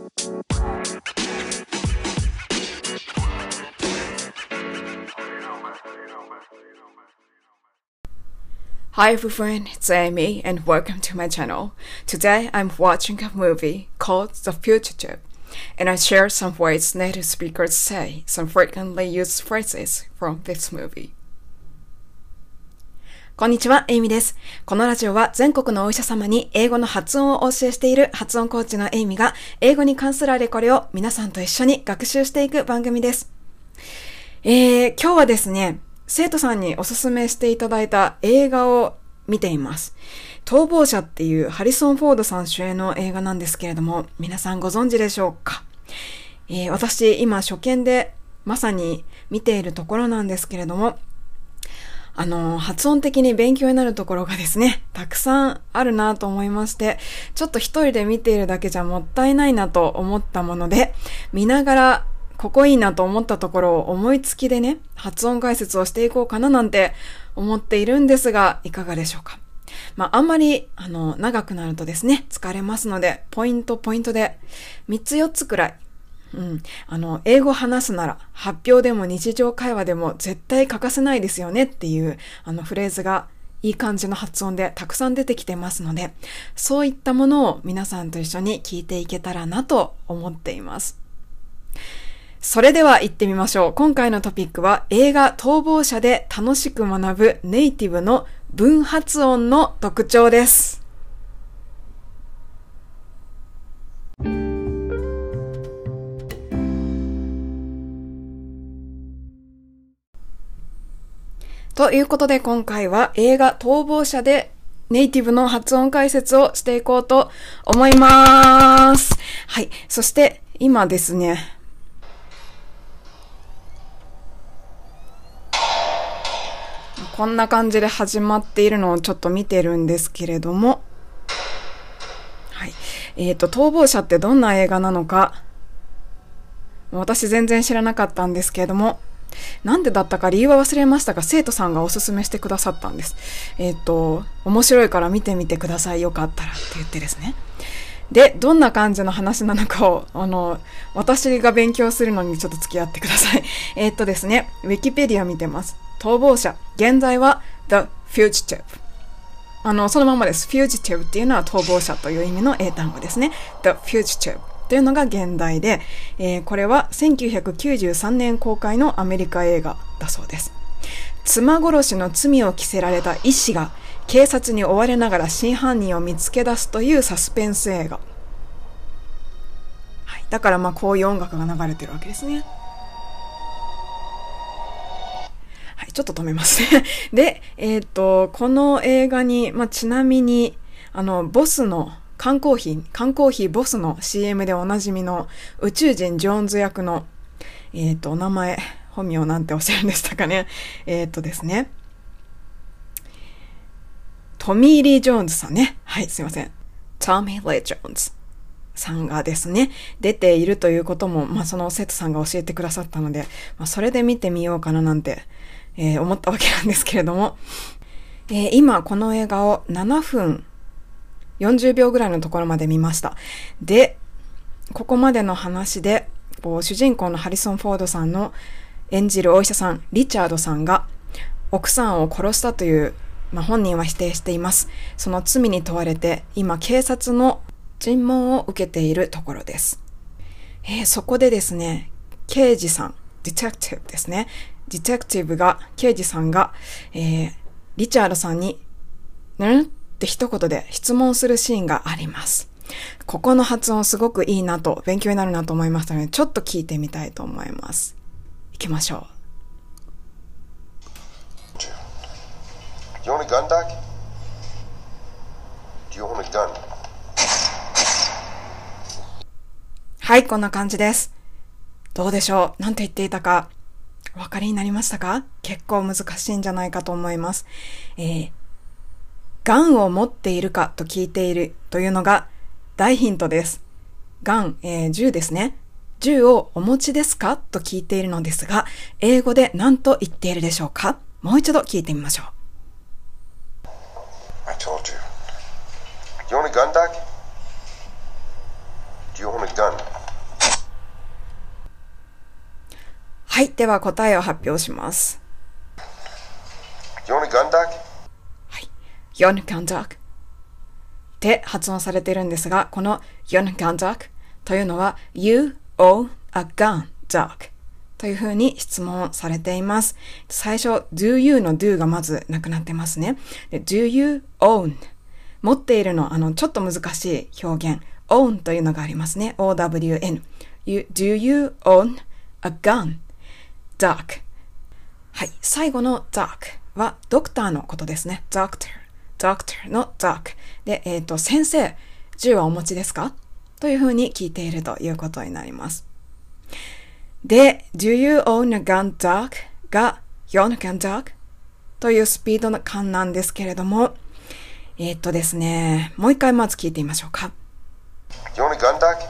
Hi everyone, it's Amy and welcome to my channel. Today I'm watching a movie called The Fugitive, and I share some words native speakers say, some frequently used phrases from this movie. こんにちは、エイミです。このラジオは全国のお医者様に英語の発音をお教えしている発音コーチのエイミが英語に関するあれこれを皆さんと一緒に学習していく番組です。今日はですね、生徒さんにおすすめしていただいた映画を見ています。逃亡者っていうハリソン・フォードさん主演の映画なんですけれども、皆さんご存知でしょうか？私今初見でまさに見ているところなんですけれども、発音的に勉強になるところがですね、たくさんあるなと思いまして、ちょっと一人で見ているだけじゃもったいないなと思ったもので、見ながらここいいなと思ったところを思いつきでね、発音解説をしていこうかななんて思っているんですが、いかがでしょうか。あんまり、長くなるとですね、疲れますので、ポイントで、3つ4つくらい、英語話すなら、発表でも日常会話でも絶対欠かせないですよねっていう、フレーズがいい感じの発音でたくさん出てきてますので、そういったものを皆さんと一緒に聞いていけたらなと思っています。それでは行ってみましょう。今回のトピックは映画逃亡者で楽しく学ぶネイティブの文発音の特徴です。ということで今回は映画逃亡者でネイティブの発音解説をしていこうと思います。はい。そして今ですね、こんな感じで始まっているのをちょっと見てるんですけれども、はい。逃亡者ってどんな映画なのか、私全然知らなかったんですけれども、なんでだったか理由は忘れましたが、生徒さんがおすすめしてくださったんです。面白いから見てみてください、よかったらって言ってですね。で、どんな感じの話なのかを、私が勉強するのにちょっと付き合ってください。ですね、ウィキペディア見てます。逃亡者。現在は The Fugitive。そのままです。Fugitive っていうのは逃亡者という意味の英単語ですね。The Fugitive。というのが現代で、これは1993年公開のアメリカ映画だそうです。妻殺しの罪を着せられた医師が警察に追われながら真犯人を見つけ出すというサスペンス映画。はい、だからこういう音楽が流れてるわけですね。はい、ちょっと止めますね。で、この映画に、ちなみに、ボスの缶コーヒーボスの CM でおなじみの宇宙人ジョーンズ役の、お名前、本名なんておっしゃるんでしたかね。ですね。トミー・リー・ジョーンズさんね。はい、すいません。トミー・リー・ジョーンズさんがですね、出ているということも、その生徒さんが教えてくださったので、それで見てみようかななんて、思ったわけなんですけれども、今この映画を7分40秒ぐらいのところまで見ました。で、ここまでの話で、主人公のハリソン・フォードさんの演じるお医者さん、リチャードさんが奥さんを殺したという、本人は否定しています。その罪に問われて、今警察の尋問を受けているところです。そこでですね、刑事さん、ディテクティブですね。ディテクティブが、刑事さんが、リチャードさんに、って一言で質問するシーンがあります。ここの発音すごくいいなと、勉強になるなと思いましたので、ちょっと聞いてみたいと思います。行きましょう。 Do you want a gun, Doc? Do you want a gun? はい、こんな感じです。どうでしょう？なんて言っていたか、お分かりになりましたか？結構難しいんじゃないかと思います。ガンを持っているかと聞いているというのが大ヒントです。ガン、銃ですね。銃をお持ちですかと聞いているのですが、英語で何と言っているでしょうか？もう一度聞いてみましょう。 I told you. Do you want a gun, Doc? Do you want a gun? はい、では答えを発表します。 You own a gun, Doc? はい、You own a gun, Doc? で発音されているんですが、この You own a gun, Doc? というのは You own a gun, Doc? というふうに質問されています。最初 Do you の do がまずなくなってますね。で Do you own? 持っているの、ちょっと難しい表現 own というのがありますね。OWN Do you own a gun? Doc? はい、最後の Doc はドクターのことですね。Doctor の Doc で、先生、銃はお持ちですかというふうに聞いているということになります。で、Do you own a gun, Doc? が You own a gun, Doc? というスピードの感なんですけれども、ですね、もう一回まず聞いてみましょうか。 You own a gun, Doc?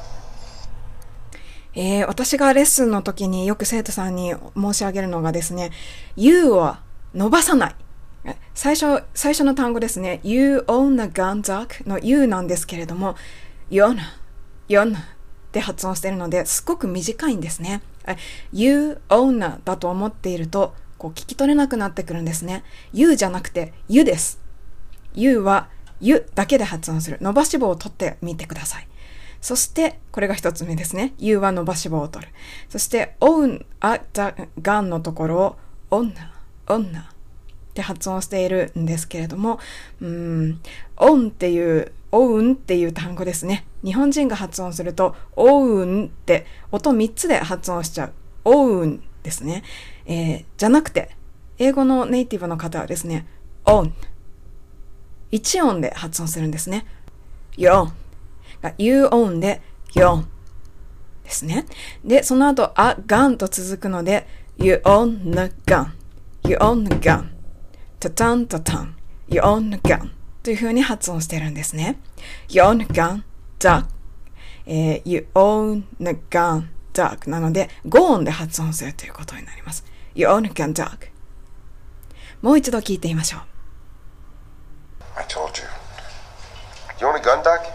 私がレッスンの時によく生徒さんに申し上げるのがですね、You は伸ばさない。最初の単語ですね。You own a gun, Doc? の You なんですけれども、You own って発音しているので、すごく短いんですね。You own だと思っていると、こう聞き取れなくなってくるんですね。You じゃなくて You です。You は You だけで発音する。伸ばし棒を取ってみてください。そして、これが一つ目ですね。You は伸ばし棒を取る。そして、own a gun のところを own って発音しているんですけれども、own っていう単語ですね。日本人が発音すると、own って音3つで発音しちゃう。own ですね。じゃなくて、英語のネイティブの方はですね、own。一音で発音するんですね。You own で You own ですね。で、その後、a gun と続くので、You own a gun. You own a gun. タタンタタン。You own a gun. という風に発音してるんですね。You own a gun, Doc. You own a gun, Doc. なので、5音で発音するということになります。You own a gun, Doc. もう一度聞いてみましょう。 I told you. You own a gun, Doc?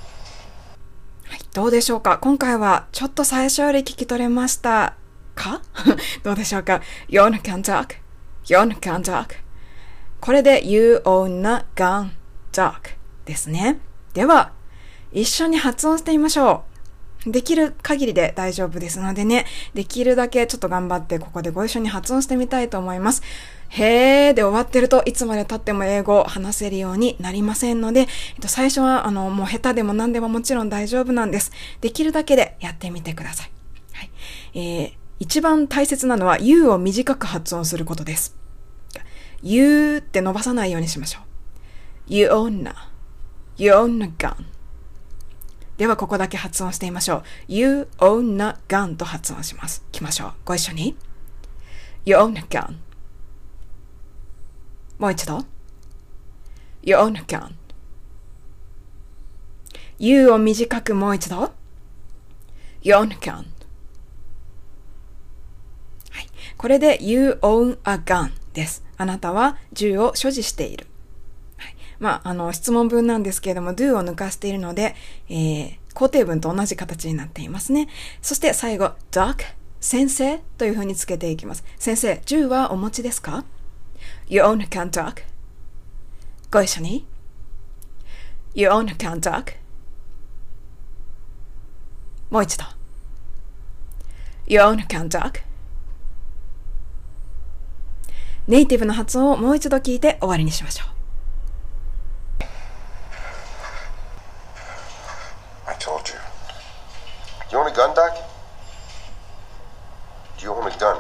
どうでしょうか？今回はちょっと最初より聞き取れましたか？どうでしょうか？ You own a gun, Doc? You own a gun, Doc? これで You own a gun, Doc ですね。では、一緒に発音してみましょう。できる限りで大丈夫ですのでね、できるだけちょっと頑張ってここでご一緒に発音してみたいと思います。へーで終わってるといつまで経っても英語を話せるようになりませんので、最初はもう下手でも何でももちろん大丈夫なんです。できるだけでやってみてください。はい。一番大切なのは You を短く発音することです。You って伸ばさないようにしましょう。You own a gun。ではここだけ発音してみましょう。You own a gun と発音します。いきましょう。ご一緒に。You own a gun。もう一度。You own a gun。You を短くもう一度。You own a gun。はい。これで You own a gun です。あなたは銃を所持している。はい。まあ、質問文なんですけれども、do を抜かしているので、肯定文と同じ形になっていますね。そして最後、Doc、先生というふうにつけていきます。先生、銃はお持ちですか？ You own a gun, Doc. ご一緒に。You own a gun, Doc. もう一度。You own a gun, Doc. ネイティブの発音をもう一度聞いて終わりにしましょう。 I told you. You own a gun, Doc? Do you own a gun?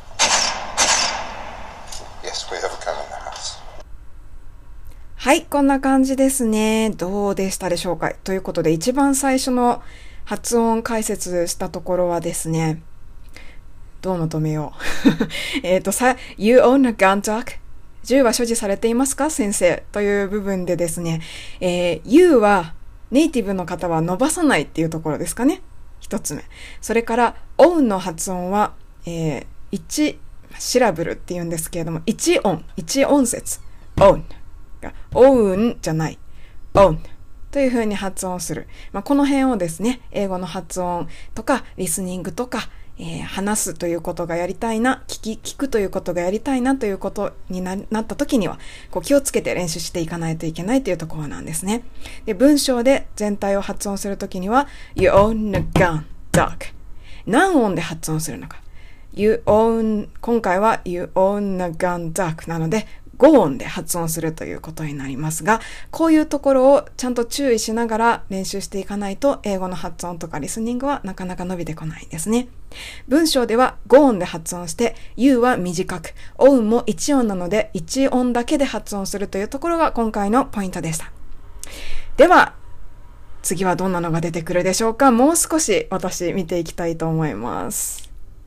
Yes, we have a gun in the house. はい、こんな感じですね。どうでしたでしょうか？ということで、一番最初の発音解説したところはですね、どうまとめよう。You own a gun, Doc? 銃は所持されていますか先生という部分でですね、You はネイティブの方は伸ばさないっていうところですかね。一つ目。それから own の発音は、1シラブルっていうんですけれども、1音節。own が own じゃない。own という風に発音する。この辺をですね、英語の発音とかリスニングとか、 話すということがやりたいな、聞くということがやりたいなということになった時には、気をつけて練習していかないといけないというところなんですね。で、文章で全体を発音するときには、You own a gun, dog。何音で発音するのか。今回は You own a gun, dog なので、5音で発音するということになりますが、こういうところをちゃんと注意しながら練習していかないと、英語の発音とかリスニングはなかなか伸びてこないんですね。文章では5音で発音して、You は短く、own も1音なので1音だけで発音するというところが今回のポイントでした。では、次はどんなのが出てくるでしょうか。もう少し私見ていきたいと思います。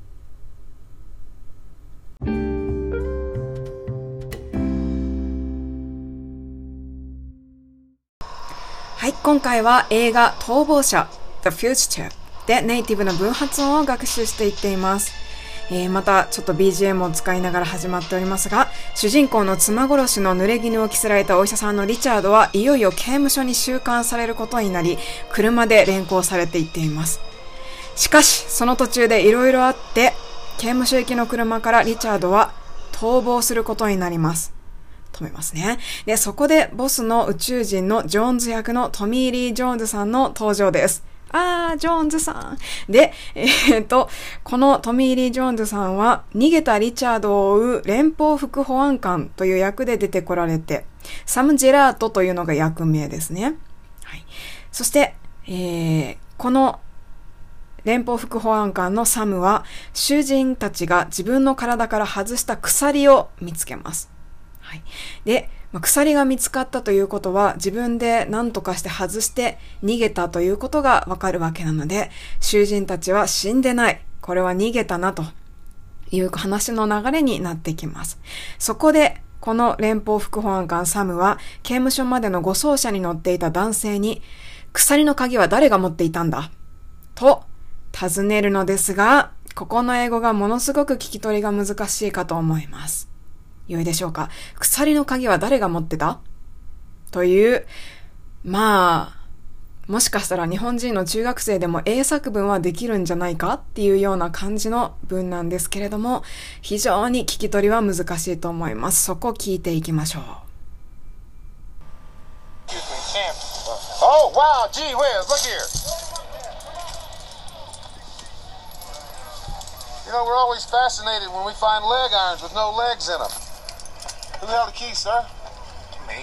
はい、今回は映画逃亡者 The Fugitive でネイティブの文発音を学習していっています。またちょっと BGM を使いながら始まっておりますが、主人公の妻殺しの濡れ衣を着せられたお医者さんのリチャードはいよいよ刑務所に収監されることになり、車で連行されていっています。しかしその途中でいろいろあって刑務所行きの車からリチャードは逃亡することになります。止めますね。で、そこでボスの宇宙人のジョーンズ役のトミー・リー・ジョーンズさんの登場です。ジョーンズさん。で、このトミー・リー・ジョーンズさんは逃げたリチャードを追う連邦副保安官という役で出てこられて、サム・ジェラートというのが役名ですね。はい。そして、この連邦副保安官のサムは囚人たちが自分の体から外した鎖を見つけます。はい、で、鎖が見つかったということは自分で何とかして外して逃げたということがわかるわけなので、囚人たちは死んでない。これは逃げたなという話の流れになってきます。そこで、この連邦副保安官サムは刑務所までの護送車に乗っていた男性に、鎖の鍵は誰が持っていたんだと尋ねるのですが、ここの英語がものすごく聞き取りが難しいかと思います。良いでしょうか。鎖の鍵は誰が持ってたという、もしかしたら日本人の中学生でも英作文はできるんじゃないかっていうような感じの文なんですけれども、非常に聞き取りは難しいと思います。そこを聞いていきましょう。 Oh, wow, gee whiz, look here. You know, we're always fascinated when we find leg irons with no legs in them.Who held the key, sir? Me.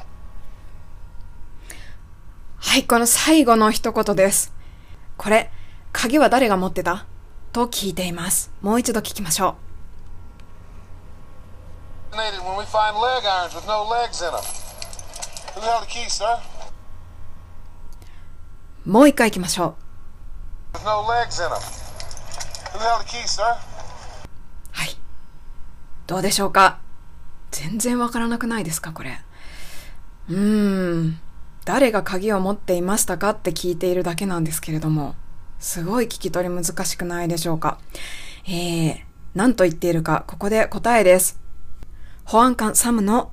はい、この最後の一言です。これ、鍵は誰が持ってたと聞いています。もう一度聞きましょう。When we find leg irons with no legs in them. Who held the key, sir? もう一回行きましょう。With no legs in them. Who held the key, sir? はい。どうでしょうか。全然わからなくないですか、これ。誰が鍵を持っていましたかって聞いているだけなんですけれども、すごい聞き取り難しくないでしょうか。何と言っているか、ここで答えです。保安官サムの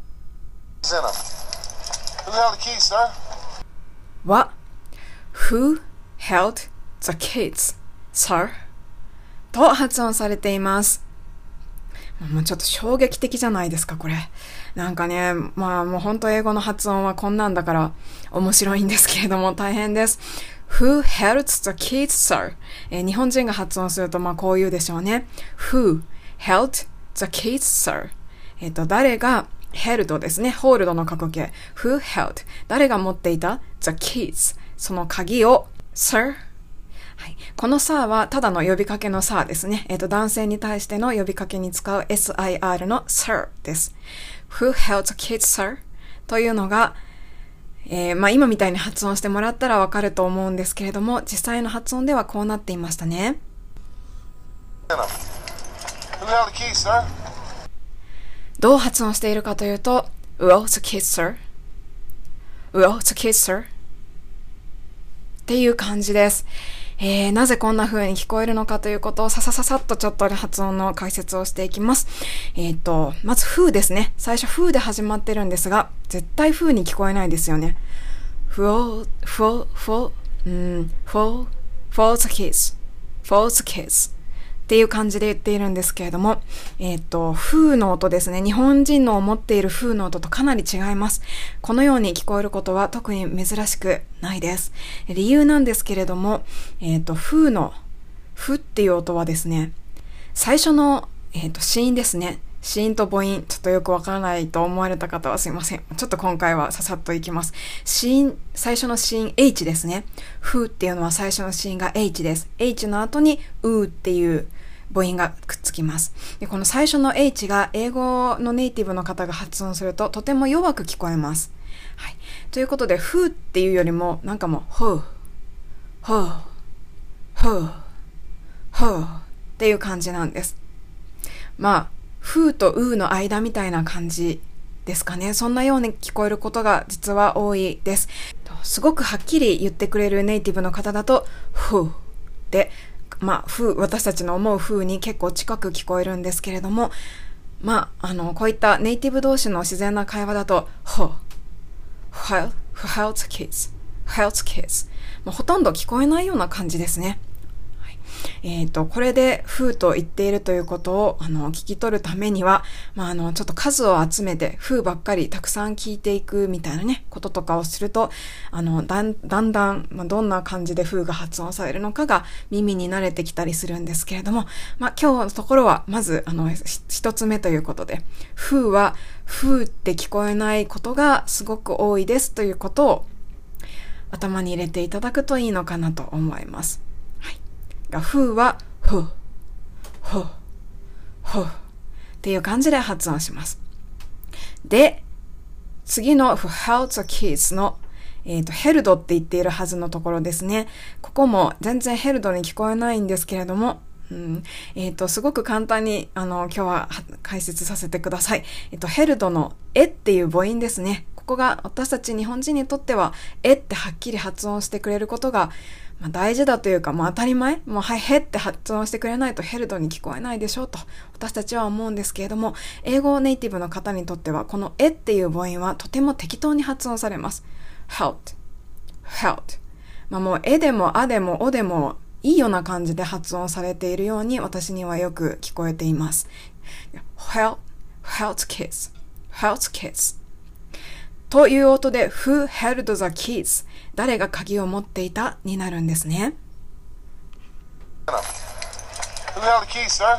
は Who held the keys, sir? と発音されています。もうちょっと衝撃的じゃないですか、これ。なんかね、もう本当英語の発音はこんなんだから面白いんですけれども大変です。Who held the keys, sir? 日本人が発音するとこう言うでしょうね。Who held the keys, sir? 誰が held ですね。ホールドの過去形。Who held? 誰が持っていた the keys? その鍵を sir?はい、この sir はただの呼びかけの sir ですね。男性に対しての呼びかけに使う SIR の sir です。Who held the keys, sir? というのが、今みたいに発音してもらったらわかると思うんですけれども、実際の発音ではこうなっていましたね。 Who held the keys, sir? どう発音しているかというと、Who held the keys, sir? Who held the keys, sir? っていう感じです。なぜこんな風に聞こえるのかということをさっとちょっと発音の解説をしていきます。まず Who ですね。最初 Who で始まってるんですが、絶対 Who に聞こえないですよね。for the keys. っていう感じで言っているんですけれども、フーの音ですね。日本人の思っているフーの音とかなり違います。このように聞こえることは特に珍しくないです。理由なんですけれども、フーのフっていう音はですね、最初の、子音ですね。子音と母音、ちょっとよくわからないと思われた方はすいません。ちょっと今回はささっといきます。子音、最初の子音 H ですね。フーっていうのは最初の子音が H です。H の後にうーっていう母音がくっつきます。で、この最初の H が英語のネイティブの方が発音するととても弱く聞こえます。はい。ということで、フーっていうよりも、なんかもう、ほう、ほう、ほう、ほうっていう感じなんです。まあ、フーとウーの間みたいな感じですかね。そんなように聞こえることが実は多いです。すごくはっきり言ってくれるネイティブの方だと、フーで、まあ、私たちの思う風に結構近く聞こえるんですけれども、まあ、こういったネイティブ同士の自然な会話だと、ほhealth kids もうほとんど聞こえないような感じですね。これで風と言っているということを聞き取るためには、ちょっと数を集めて風ばっかりたくさん聞いていくみたいなね、こととかをすると、だんだん、どんな感じで風が発音されるのかが耳に慣れてきたりするんですけれども、今日のところはまず一つ目ということで、風は風って聞こえないことがすごく多いですということを頭に入れていただくといいのかなと思います。フーはフフフっていう感じで発音します。で、次の who held the keys の、ヘルドって言っているはずのところですね。ここも全然ヘルドに聞こえないんですけれども、すごく簡単に今日は解説させてください。ヘルドのえっていう母音ですね。ここが私たち日本人にとってはえってはっきり発音してくれることが大事だというか、当たり前、はい、へって発音してくれないとヘルドに聞こえないでしょうと私たちは思うんですけれども、英語ネイティブの方にとってはこのえっていう母音はとても適当に発音されます。held。もうえでもあでもおでもいいような感じで発音されているように私にはよく聞こえています。held kids。という音で Who held the keys? 誰が鍵を持っていたになるんですね。 Who held the keys, sir?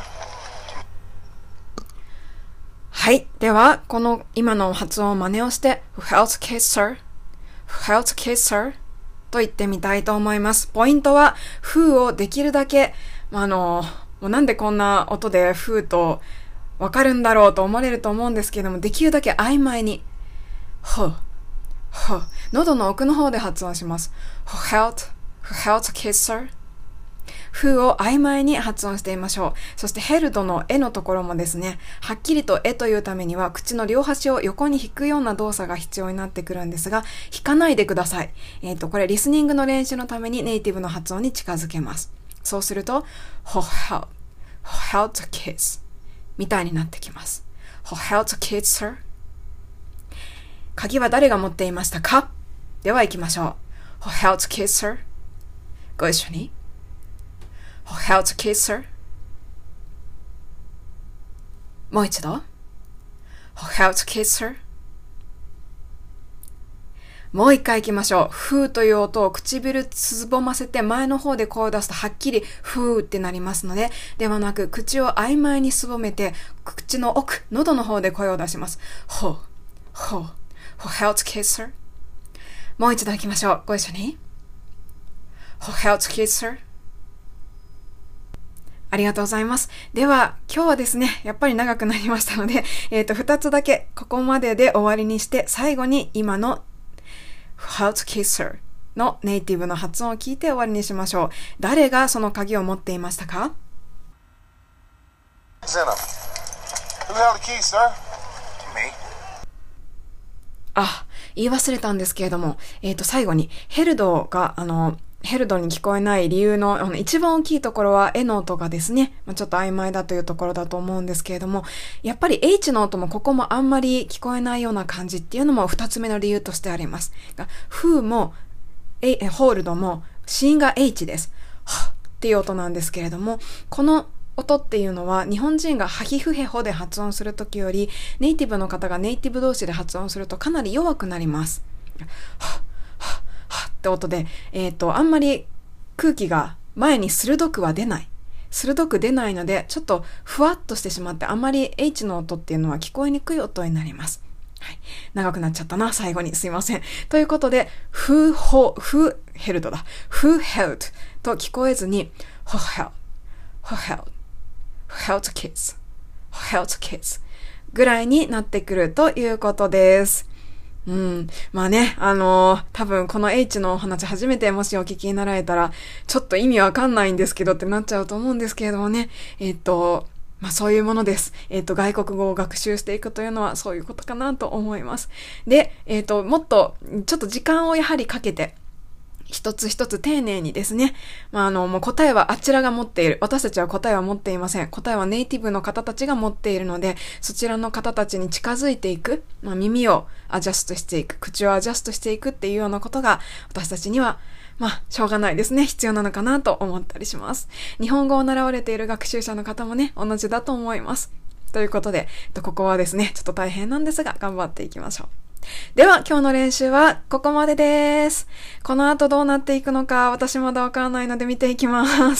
はい。では、この今の発音を真似をして Who held the keys, sir? Who held the keys, sir? と言ってみたいと思います。ポイントは Who をできるだけ、もうなんでこんな音で Who とわかるんだろうと思われると思うんですけども、できるだけ曖昧に喉の奥の方で発音します。Who held the keys, sir? フを曖昧に発音してみましょう。そしてヘルドのえのところもですね、はっきりとえというためには口の両端を横に引くような動作が必要になってくるんですが、引かないでください。これリスニングの練習のためにネイティブの発音に近づけます。そうすると、Who held the keys みたいになってきます。Who held the keys, sir? 鍵は誰が持っていましたか？では行きましょう。Who held the keys, sir? ご一緒に。Who held the keys, sir? もう一度。Who held the keys, sir? もう一回行きましょう。ふーという音を唇つぼませて前の方で声を出すとはっきりふーってなりますので、ではなく口を曖昧にすぼめて口の奥、喉の方で声を出します。Who held the keys, sir? もう一度行きましょう。ご一緒に。Who held the keys, sir? ありがとうございます。では、今日はですね、やっぱり長くなりましたので、2つだけここまでで終わりにして、最後に今の Who held the keys, sir? のネイティブの発音を聞いて終わりにしましょう。誰がその鍵を持っていましたか？ Who held the keys, sir? Me. 言い忘れたんですけれども、最後に、ヘルドが、ヘルドに聞こえない理由の、一番大きいところは、えの音がですね、ちょっと曖昧だというところだと思うんですけれども、やっぱり H の音もここもあんまり聞こえないような感じっていうのも二つ目の理由としてあります。フーも、ホールドも、子音が H です。はっていう音なんですけれども、この音っていうのは日本人がハヒフヘホで発音するときよりネイティブの方がネイティブ同士で発音するとかなり弱くなります。はっはっはっって音で、あんまり空気が前に鋭く出ないので、ちょっとふわっとしてしまって、あんまり H の音っていうのは聞こえにくい音になります。はい、長くなっちゃったな、最後にすいません。ということで、フヘルドと聞こえずに、ホヘルキッズぐらいになってくるということです。まあね、多分この H のお話初めてもしお聞きになられたら、ちょっと意味わかんないんですけどってなっちゃうと思うんですけれどもね、まあそういうものです。外国語を学習していくというのはそういうことかなと思います。で、もっとちょっと時間をやはりかけて、一つ一つ丁寧にですね。もう答えはあちらが持っている。私たちは答えは持っていません。答えはネイティブの方たちが持っているので、そちらの方たちに近づいていく。耳をアジャストしていく。口をアジャストしていくっていうようなことが、私たちには、しょうがないですね。必要なのかなと思ったりします。日本語を習われている学習者の方もね、同じだと思います。ということで、ここはですね、ちょっと大変なんですが、頑張っていきましょう。では今日の練習はここまでです。この後どうなっていくのか私まだわからないので見ていきます。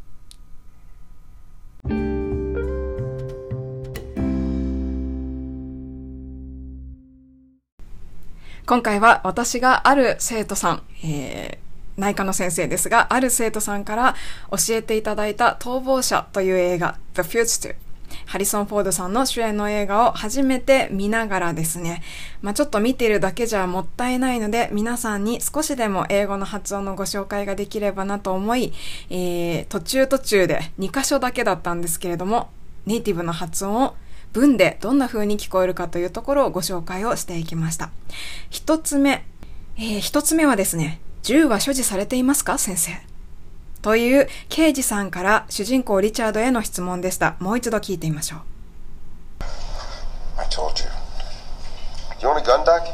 今回は私がある生徒さん、内科の先生ですが、ある生徒さんから教えていただいた逃亡者という映画 The Fugitive、ハリソン・フォードさんの主演の映画を初めて見ながらですね、ちょっと見ているだけじゃもったいないので、皆さんに少しでも英語の発音のご紹介ができればなと思い、途中で2箇所だけだったんですけれども、ネイティブの発音を文でどんな風に聞こえるかというところをご紹介をしていきました。一つ目はですね、銃は所持されていますか、先生？という刑事さんから主人公リチャードへの質問でした。もう一度聞いてみましょう。 I told you. You own a gun, Doc?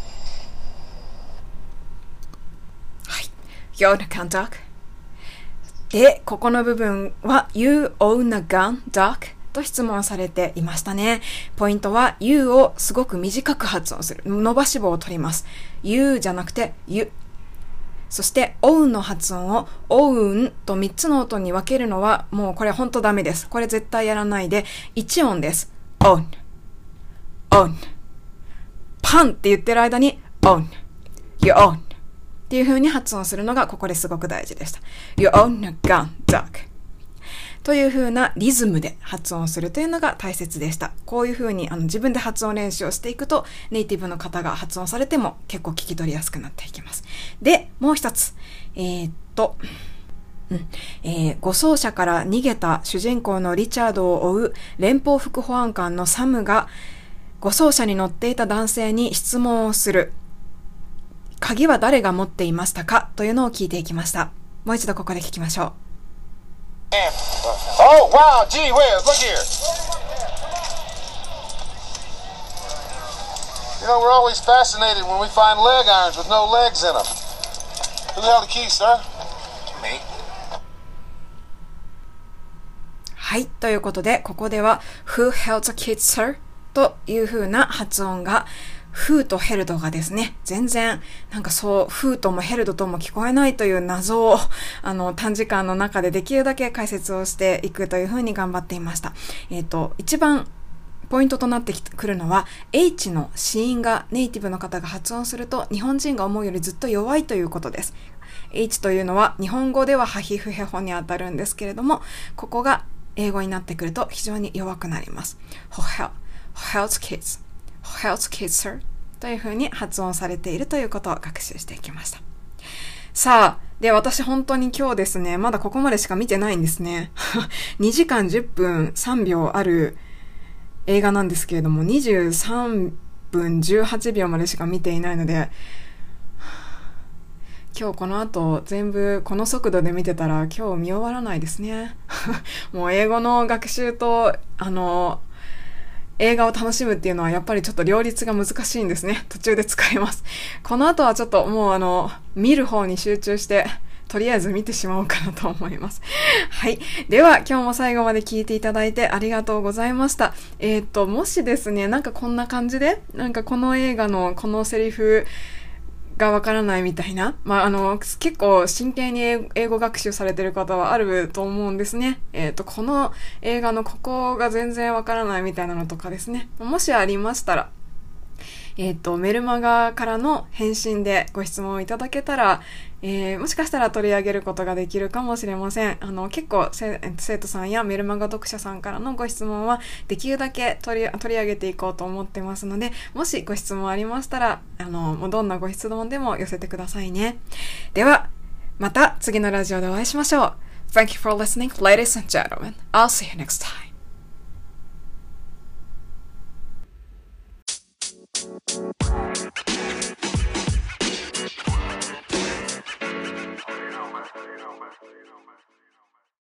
はい。You own a gun, Doc? で、ここの部分は You own a gun, Doc? と質問されていましたね。ポイントは You をすごく短く発音する。伸ばし棒を取ります。You じゃなくて You。そして、オウンの発音を、オウンと3つの音に分けるのは、もうこれほんとダメです。これ絶対やらないで、1音です。オン、オン。パンって言ってる間に、オン、You own っていう風に発音するのが、ここですごく大事でした。You own a gun, Doc。という風なリズムで発音するというのが大切でした。こういう風に自分で発音練習をしていくと、ネイティブの方が発音されても結構聞き取りやすくなっていきます。で、もう一つ。護送車から逃げた主人公のリチャードを追う連邦副保安官のサムが、護送車に乗っていた男性に質問をする。鍵は誰が持っていましたかというのを聞いていきました。もう一度ここで聞きましょう。 Oh, wow, gee whiz, look here. You know, we're always fascinated when we find leg irons with no legs in them. Who held the key, sir? Me. はい、ということで、ここでは Who held the key, sir? という風な発音がフーとヘルドがですね、全然フーともヘルドとも聞こえないという謎を短時間の中でできるだけ解説をしていくというふうに頑張っていました。一番ポイントとなってくるのは H の子音がネイティブの方が発音すると日本人が思うよりずっと弱いということです。H というのは日本語ではハヒフヘホにあたるんですけれども、ここが英語になってくると非常に弱くなります。Held kids sir という風に発音されているということを学習していきました。さあ、で、私本当に今日ですね、まだここまでしか見てないんですね。2時間10分3秒ある映画なんですけれども、23分18秒までしか見ていないので、今日この後全部この速度で見てたら今日見終わらないですね。もう英語の学習と、映画を楽しむっていうのはやっぱりちょっと両立が難しいんですね。途中で疲れます。この後はちょっともう見る方に集中してとりあえず見てしまおうかなと思います。はい。では、今日も最後まで聞いていただいてありがとうございました。もしですね、なんかこんな感じで、なんかこの映画のこのセリフがわからないみたいな、結構真剣に英語学習されてる方はあると思うんですね。この映画のここが全然わからないみたいなのとかですね。もしありましたら、メルマガからの返信でご質問をいただけたら、もしかしたら取り上げることができるかもしれません。結構生徒さんやメルマガ読者さんからのご質問はできるだけ取り上げていこうと思ってますので、もしご質問ありましたら、もうどんなご質問でも寄せてくださいね。では、また次のラジオでお会いしましょう。Thank you for listening, ladies and gentlemen. I'll see you next time.